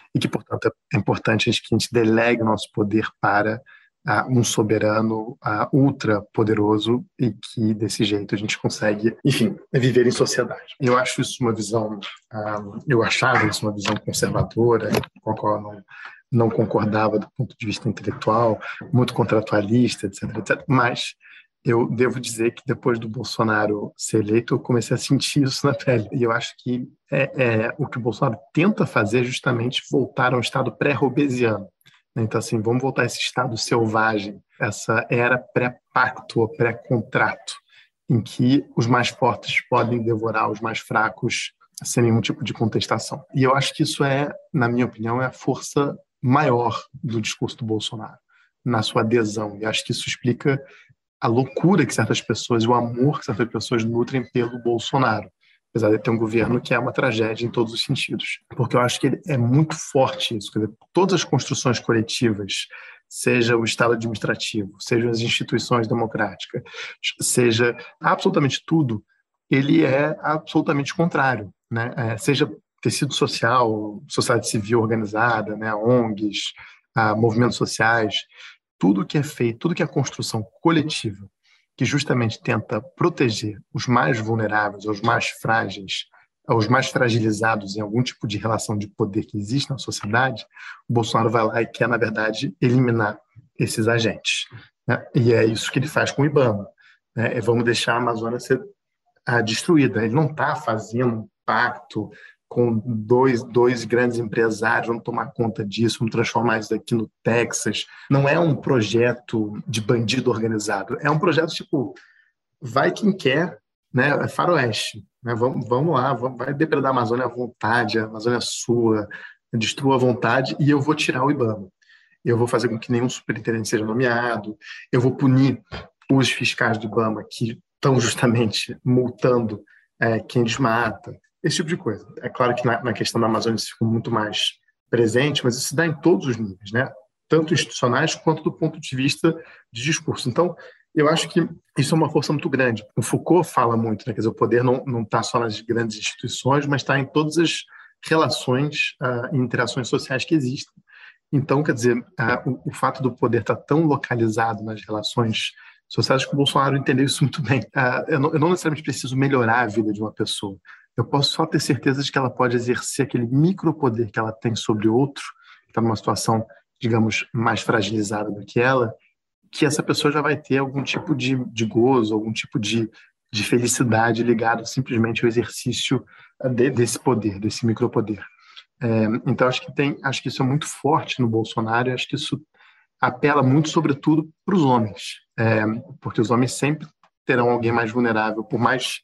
e que, portanto, é importante a gente, que a gente delegue o nosso poder para uh, um soberano uh, ultra poderoso e que, desse jeito, a gente consegue, enfim, viver em sociedade. Eu acho isso uma visão, uh, eu achava isso uma visão conservadora, com a qual eu não, não concordava do ponto de vista intelectual, muito contratualista, etc, etcétera. Mas eu devo dizer que depois do Bolsonaro ser eleito, eu comecei a sentir isso na pele. E eu acho que é, é, o que o Bolsonaro tenta fazer é justamente voltar a um estado pré-robesiano. Então, assim, vamos voltar a esse estado selvagem, essa era pré-pacto, pré-contrato, em que os mais fortes podem devorar os mais fracos sem nenhum tipo de contestação. E eu acho que isso é, na minha opinião, é a força maior do discurso do Bolsonaro, na sua adesão. E acho que isso explica a loucura que certas pessoas, o amor que certas pessoas nutrem pelo Bolsonaro, apesar de ter um governo que é uma tragédia em todos os sentidos. Porque eu acho que ele é muito forte isso. Quer dizer, todas as construções coletivas, seja o Estado administrativo, seja as instituições democráticas, seja absolutamente tudo, ele é absolutamente contrário, né? É, seja tecido social, sociedade civil organizada, né? O N Gs, ah, movimentos sociais, tudo que é feito, tudo que é construção coletiva, que justamente tenta proteger os mais vulneráveis, os mais frágeis, os mais fragilizados em algum tipo de relação de poder que existe na sociedade, o Bolsonaro vai lá e quer, na verdade, eliminar esses agentes, né? E é isso que ele faz com o IBAMA, né? É, vamos deixar a Amazônia ser ah, destruída. Ele não está fazendo um pacto com dois, dois grandes empresários, vamos tomar conta disso, vamos transformar isso aqui no Texas. Não é um projeto de bandido organizado, é um projeto tipo, vai quem quer, né? É faroeste, né? Vamos, vamos lá, vamos, vai depredar a Amazônia à vontade, a Amazônia é sua, destrua à vontade e eu vou tirar o IBAMA. Eu vou fazer com que nenhum superintendente seja nomeado, eu vou punir os fiscais do IBAMA que estão justamente multando é, quem desmata, esse tipo de coisa. É claro que na, na questão da Amazônia isso ficou muito mais presente, mas isso dá em todos os níveis, né? Tanto institucionais quanto do ponto de vista de discurso. Então, eu acho que isso é uma força muito grande. O Foucault fala muito, né? Quer dizer, o poder não está só nas grandes instituições, mas está em todas as relações e uh, interações sociais que existem. Então, quer dizer, uh, o, o fato do poder estar tá tão localizado nas relações sociais, que o Bolsonaro entendeu isso muito bem. Uh, eu, não, eu não necessariamente preciso melhorar a vida de uma pessoa. Eu posso só ter certeza de que ela pode exercer aquele micropoder que ela tem sobre outro, que está numa situação, digamos, mais fragilizada do que ela, que essa pessoa já vai ter algum tipo de, de gozo, algum tipo de, de felicidade ligado simplesmente ao exercício de, desse poder, desse micropoder. É, então, acho que, tem, acho que isso é muito forte no Bolsonaro e acho que isso apela muito, sobretudo, para os homens, é, porque os homens sempre terão alguém mais vulnerável, por mais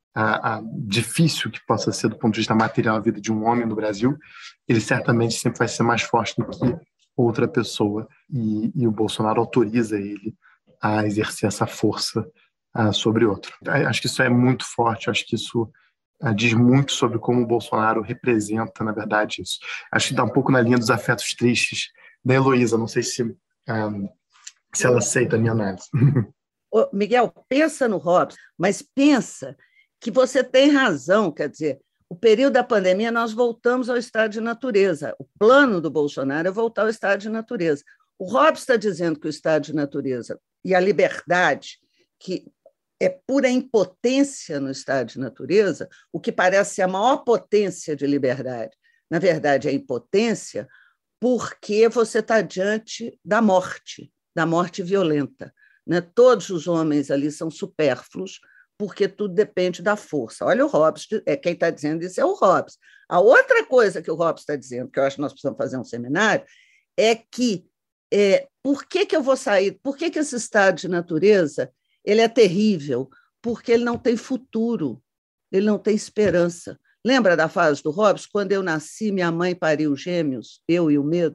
A, a difícil que possa ser do ponto de vista material a vida de um homem no Brasil, ele certamente sempre vai ser mais forte do que outra pessoa e, e o Bolsonaro autoriza ele a exercer essa força uh, sobre outro. Acho que isso é muito forte, acho que isso uh, diz muito sobre como o Bolsonaro representa, na verdade, isso. Acho que dá um pouco na linha dos afetos tristes da Heloísa, não sei se, um, se ela aceita a minha análise. Ô, Miguel, pensa no Robson, mas pensa que você tem razão, quer dizer, o período da pandemia nós voltamos ao estado de natureza. O plano do Bolsonaro é voltar ao estado de natureza. O Robson está dizendo que o estado de natureza e a liberdade, que é pura impotência no estado de natureza, o que parece ser a maior potência de liberdade, na verdade é impotência, porque você está diante da morte, da morte violenta, né? Todos os homens ali são supérfluos, porque tudo depende da força. Olha o Robson, é, quem está dizendo isso é o Robson. A outra coisa que o Robson está dizendo, que eu acho que nós precisamos fazer um seminário, é que é, por que, que eu vou sair, por que, que esse estado de natureza ele é terrível? Porque ele não tem futuro, ele não tem esperança. Lembra da fase do Robson? Quando eu nasci, minha mãe pariu gêmeos, eu e o medo.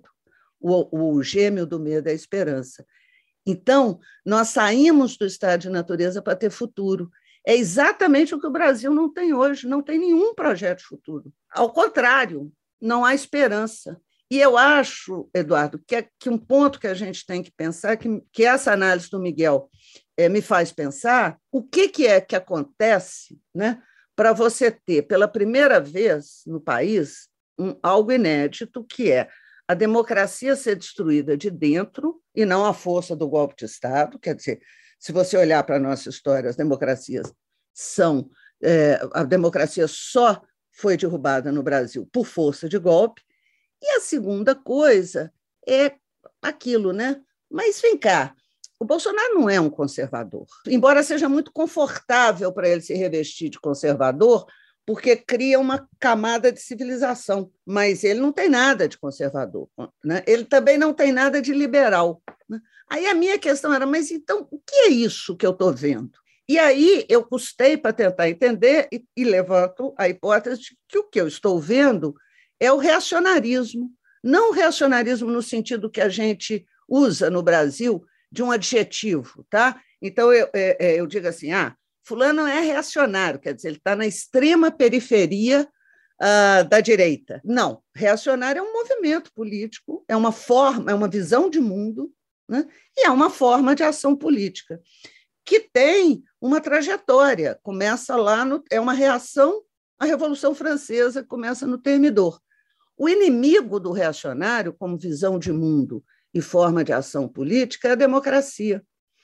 O, o gêmeo do medo é a esperança. Então, nós saímos do estado de natureza para ter futuro. É exatamente o que o Brasil não tem hoje, não tem nenhum projeto de futuro. Ao contrário, não há esperança. E eu acho, Eduardo, que, é, que um ponto que a gente tem que pensar, que, que essa análise do Miguel é, me faz pensar, o que, que é que acontece, né, para você ter, pela primeira vez no país, um, algo inédito, que é a democracia ser destruída de dentro e não a força do golpe de Estado. Quer dizer, se você olhar para a nossa história, as democracias são... É, a democracia só foi derrubada no Brasil por força de golpe. E a segunda coisa é aquilo, né? Mas vem cá, o Bolsonaro não é um conservador, embora seja muito confortável para ele se revestir de conservador, porque cria uma camada de civilização, mas ele não tem nada de conservador, né? Ele também não tem nada de liberal, né? Aí a minha questão era, mas então, o que é isso que eu estou vendo? E aí eu custei para tentar entender e, e levanto a hipótese de que o que eu estou vendo é o reacionarismo, não o reacionarismo no sentido que a gente usa no Brasil de um adjetivo, tá? Então eu, eu, eu digo assim, ah, fulano é reacionário, quer dizer, ele está na extrema periferia uh, da direita. Não, reacionário é um movimento político, é uma forma, é uma visão de mundo, né? E é uma forma de ação política que tem uma trajetória, começa lá, no, é uma reação à Revolução Francesa, começa no Termidor. O inimigo do reacionário, como visão de mundo e forma de ação política, é a democracia.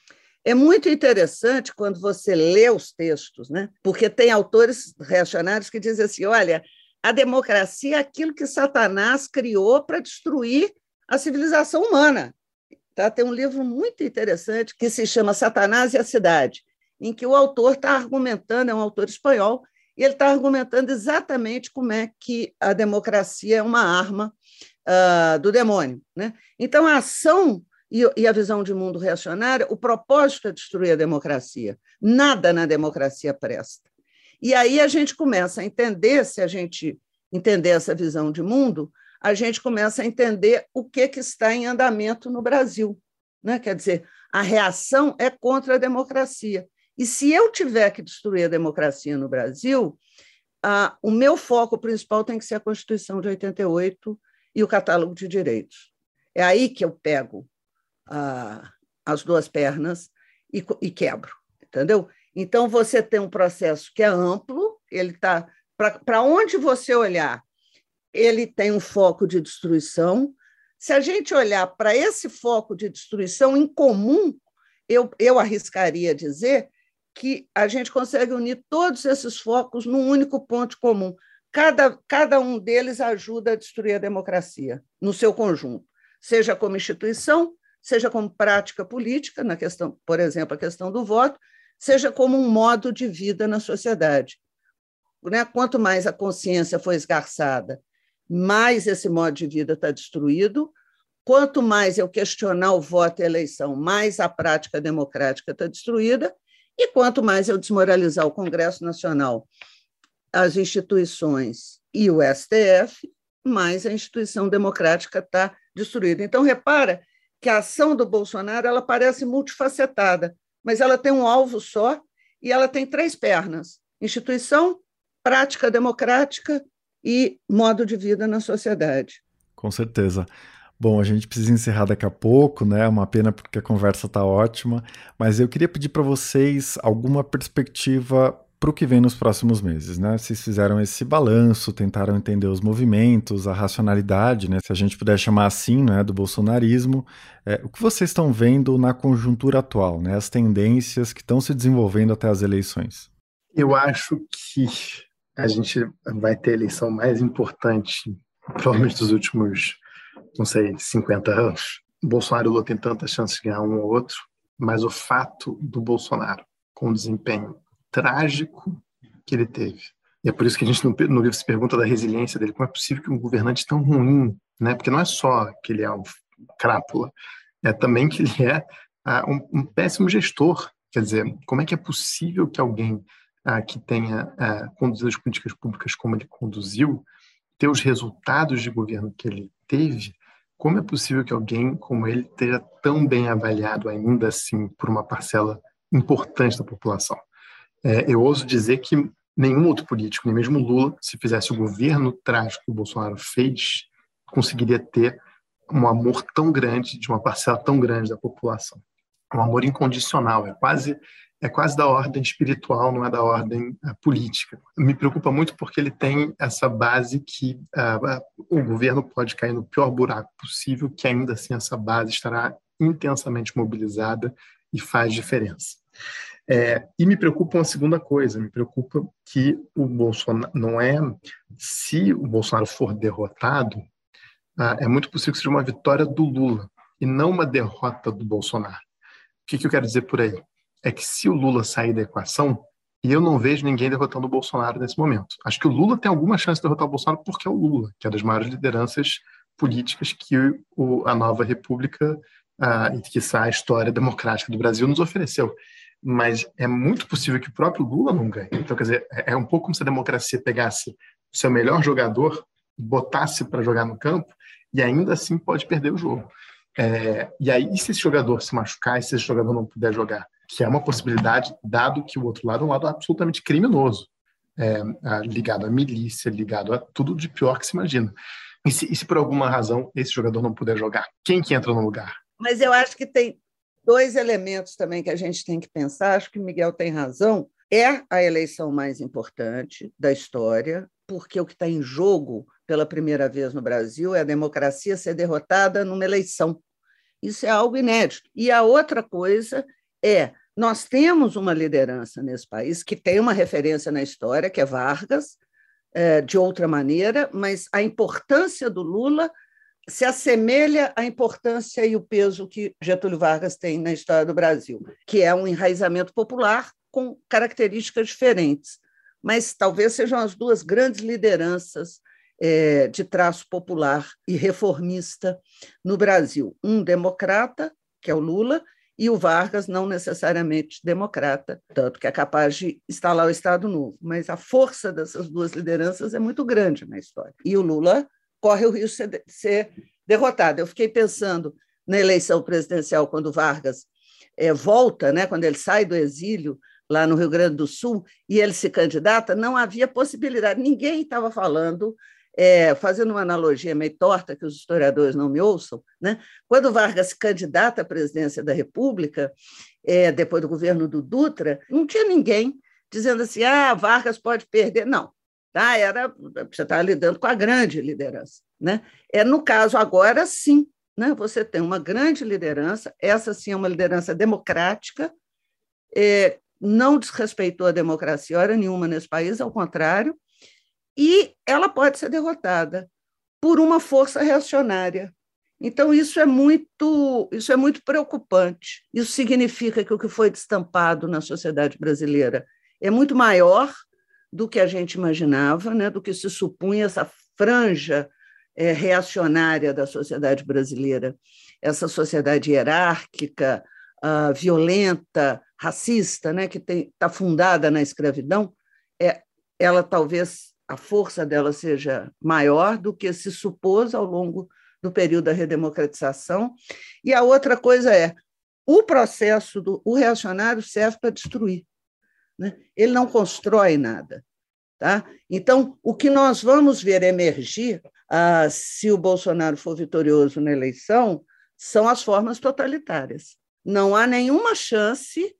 É muito interessante quando você lê os textos, né? Porque tem autores reacionários que dizem assim, olha, a democracia é aquilo que Satanás criou para destruir a civilização humana. Tá? Tem um livro muito interessante que se chama Satanás e a Cidade, em que o autor está argumentando, é um autor espanhol, e ele está argumentando exatamente como é que a democracia é uma arma uh, do demônio, né? Então, a ação e, e a visão de mundo reacionária, o propósito é destruir a democracia. Nada na democracia presta. E aí a gente começa a entender, se a gente entender essa visão de mundo, a gente começa a entender o que, que está em andamento no Brasil, né? Quer dizer, a reação é contra a democracia. E se eu tiver que destruir a democracia no Brasil, ah, o meu foco principal tem que ser a Constituição de oitenta e oito e o catálogo de direitos. É aí que eu pego ah, as duas pernas e, e quebro, entendeu? Então, você tem um processo que é amplo, ele está... Para onde você olhar, ele tem um foco de destruição. Se a gente olhar para esse foco de destruição em comum, eu, eu arriscaria dizer que a gente consegue unir todos esses focos num único ponto comum. Cada, cada um deles ajuda a destruir a democracia, no seu conjunto, seja como instituição, seja como prática política, na questão, por exemplo, a questão do voto, seja como um modo de vida na sociedade. Né? Quanto mais a consciência for esgarçada, mais esse modo de vida está destruído. Quanto mais eu questionar o voto e a eleição, mais a prática democrática está destruída. E quanto mais eu desmoralizar o Congresso Nacional, as instituições e o S T F, mais a instituição democrática está destruída. Então, repara que a ação do Bolsonaro ela parece multifacetada, mas ela tem um alvo só e ela tem três pernas: instituição, prática democrática e modo de vida na sociedade. Com certeza. Bom, a gente precisa encerrar daqui a pouco, né? Uma pena porque a conversa está ótima, mas eu queria pedir para vocês alguma perspectiva para o que vem nos próximos meses, né? Vocês fizeram esse balanço, tentaram entender os movimentos, a racionalidade, né? Se a gente puder chamar assim, né? Do bolsonarismo. É, o que vocês estão vendo na conjuntura atual, né? As tendências que estão se desenvolvendo até as eleições? Eu acho que a gente vai ter a eleição mais importante, provavelmente dos últimos, não sei, cinquenta anos. O Bolsonaro Lula tem tantas chances de ganhar um ou outro, mas o fato do Bolsonaro, com o desempenho trágico que ele teve, e é por isso que a gente no, no livro se pergunta da resiliência dele, como é possível que um governante tão ruim, né? Porque não é só que ele é um crápula, é também que ele é ah, um, um péssimo gestor. Quer dizer, como é que é possível que alguém ah, que tenha ah, conduzido as políticas públicas como ele conduziu, ter os resultados de governo que ele teve, como é possível que alguém como ele esteja tão bem avaliado ainda assim por uma parcela importante da população? É, eu ouso dizer que nenhum outro político, nem mesmo Lula, se fizesse o governo trágico que o Bolsonaro fez, conseguiria ter um amor tão grande de uma parcela tão grande da população. Um amor incondicional, é quase é quase da ordem espiritual, não é da ordem uh, política. Me preocupa muito porque ele tem essa base que uh, uh, o governo pode cair no pior buraco possível, que ainda assim essa base estará intensamente mobilizada e faz diferença. É, e me preocupa uma segunda coisa, me preocupa que o Bolsonaro, não é, se o Bolsonaro for derrotado, uh, é muito possível que seja uma vitória do Lula e não uma derrota do Bolsonaro. O que, que eu quero dizer por aí? É que se o Lula sair da equação, e eu não vejo ninguém derrotando o Bolsonaro nesse momento. Acho que o Lula tem alguma chance de derrotar o Bolsonaro porque é o Lula, que é das maiores lideranças políticas que o, a nova república uh, e que a história democrática do Brasil nos ofereceu. Mas é muito possível que o próprio Lula não ganhe. Então, quer dizer, é um pouco como se a democracia pegasse o seu melhor jogador, botasse para jogar no campo, e ainda assim pode perder o jogo. É, e aí, e se esse jogador se machucar, e se esse jogador não puder jogar? Que é uma possibilidade, dado que o outro lado é um lado absolutamente criminoso, é, ligado à milícia, ligado a tudo de pior que se imagina. E se, e se por alguma razão esse jogador não puder jogar? Quem que entra no lugar? Mas eu acho que tem dois elementos também que a gente tem que pensar, acho que o Miguel tem razão, é a eleição mais importante da história, porque o que está em jogo pela primeira vez no Brasil é a democracia ser derrotada numa eleição. Isso é algo inédito. E a outra coisa é, nós temos uma liderança nesse país que tem uma referência na história, que é Vargas, de outra maneira, mas a importância do Lula se assemelha à importância e o peso que Getúlio Vargas tem na história do Brasil, que é um enraizamento popular com características diferentes, mas talvez sejam as duas grandes lideranças é, de traço popular e reformista no Brasil. Um democrata, que é o Lula, e o Vargas não necessariamente democrata, tanto que é capaz de instalar o Estado Novo, mas a força dessas duas lideranças é muito grande na história. E o Lula corre o risco de ser derrotado. Eu fiquei pensando na eleição presidencial, quando Vargas é, volta, né, quando ele sai do exílio lá no Rio Grande do Sul, e ele se candidata, não havia possibilidade, ninguém estava falando, é, fazendo uma analogia meio torta, que os historiadores não me ouçam, né? Quando Vargas se candidata à presidência da República, é, depois do governo do Dutra, não tinha ninguém dizendo assim, ah, Vargas pode perder. Não. Tá? Era, você estava lidando com a grande liderança. Né? É, no caso, agora, sim, né? Você tem uma grande liderança, essa sim é uma liderança democrática, é, não desrespeitou a democracia hora nenhuma nesse país, ao contrário, e ela pode ser derrotada por uma força reacionária. Então, isso é muito, isso é muito preocupante. Isso significa que o que foi destampado na sociedade brasileira é muito maior do que a gente imaginava, né, do que se supunha essa franja é, reacionária da sociedade brasileira, essa sociedade hierárquica, uh, violenta, racista, né, que está fundada na escravidão, é, ela talvez, a força dela seja maior do que se supôs ao longo do período da redemocratização. E a outra coisa é, o processo do o reacionário serve para destruir. Né? Ele não constrói nada. Tá? Então, o que nós vamos ver emergir, ah, se o Bolsonaro for vitorioso na eleição, são as formas totalitárias. Não há nenhuma chance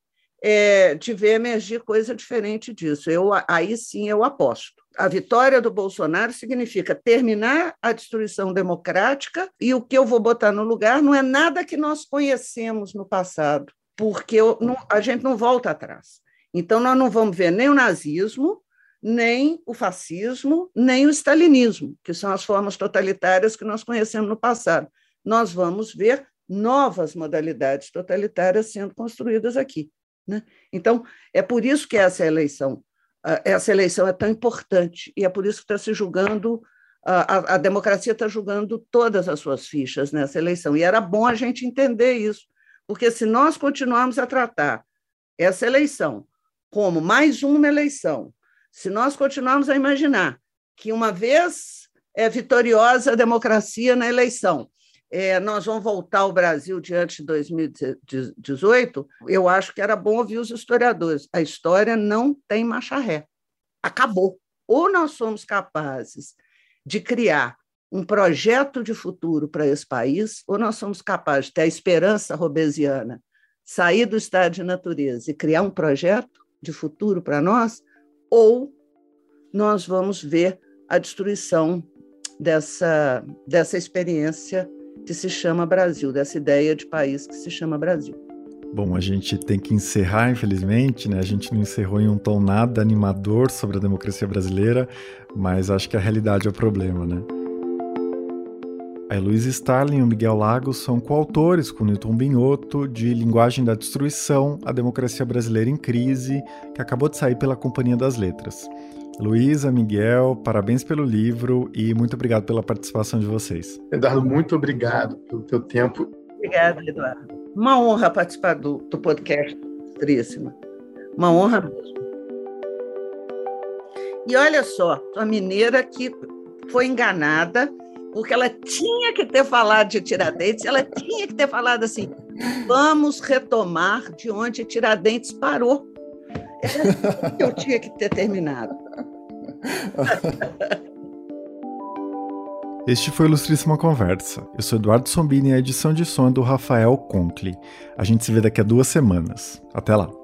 é, de ver emergir coisa diferente disso. Eu, aí sim eu aposto. A vitória do Bolsonaro significa terminar a destruição democrática e o que eu vou botar no lugar não é nada que nós conhecemos no passado, porque eu, não, a gente não volta atrás. Então, nós não vamos ver nem o nazismo, nem o fascismo, nem o stalinismo, que são as formas totalitárias que nós conhecemos no passado. Nós vamos ver novas modalidades totalitárias sendo construídas aqui. Né? Então, é por isso que essa eleição, essa eleição é tão importante, e é por isso que está se julgando, a, a democracia está julgando todas as suas fichas nessa eleição. E era bom a gente entender isso, porque se nós continuarmos a tratar essa eleição como mais uma eleição, se nós continuarmos a imaginar que, uma vez é vitoriosa a democracia na eleição, é, nós vamos voltar ao Brasil diante de dois mil e dezoito, eu acho que era bom ouvir os historiadores. A história não tem marcha ré. Acabou. Ou nós somos capazes de criar um projeto de futuro para esse país, ou nós somos capazes de ter a esperança robesiana sair do estado de natureza e criar um projeto de futuro para nós, ou nós vamos ver a destruição dessa, dessa experiência que se chama Brasil, dessa ideia de país que se chama Brasil. Bom, a gente tem que encerrar, infelizmente, né? A gente não encerrou em um tom nada animador sobre a democracia brasileira, mas acho que a realidade é o problema, né? A Heloísa Starling e o Miguel Lagos são coautores com Newton Binhoto de Linguagem da Destruição, a Democracia Brasileira em Crise, que acabou de sair pela Companhia das Letras. Heloísa, Miguel, parabéns pelo livro e muito obrigado pela participação de vocês. Eduardo, muito obrigado pelo teu tempo. Obrigada, Eduardo. Uma honra participar do, do podcast Ilustríssima. Uma honra mesmo. E olha só, a mineira que foi enganada, porque ela tinha que ter falado de Tiradentes, ela tinha que ter falado assim, vamos retomar de onde Tiradentes parou. Era assim que eu tinha que ter terminado. Este foi o Ilustríssima Conversa. Eu sou Eduardo Sombini e a edição de som é do Rafael Conkle. A gente se vê daqui a duas semanas. Até lá!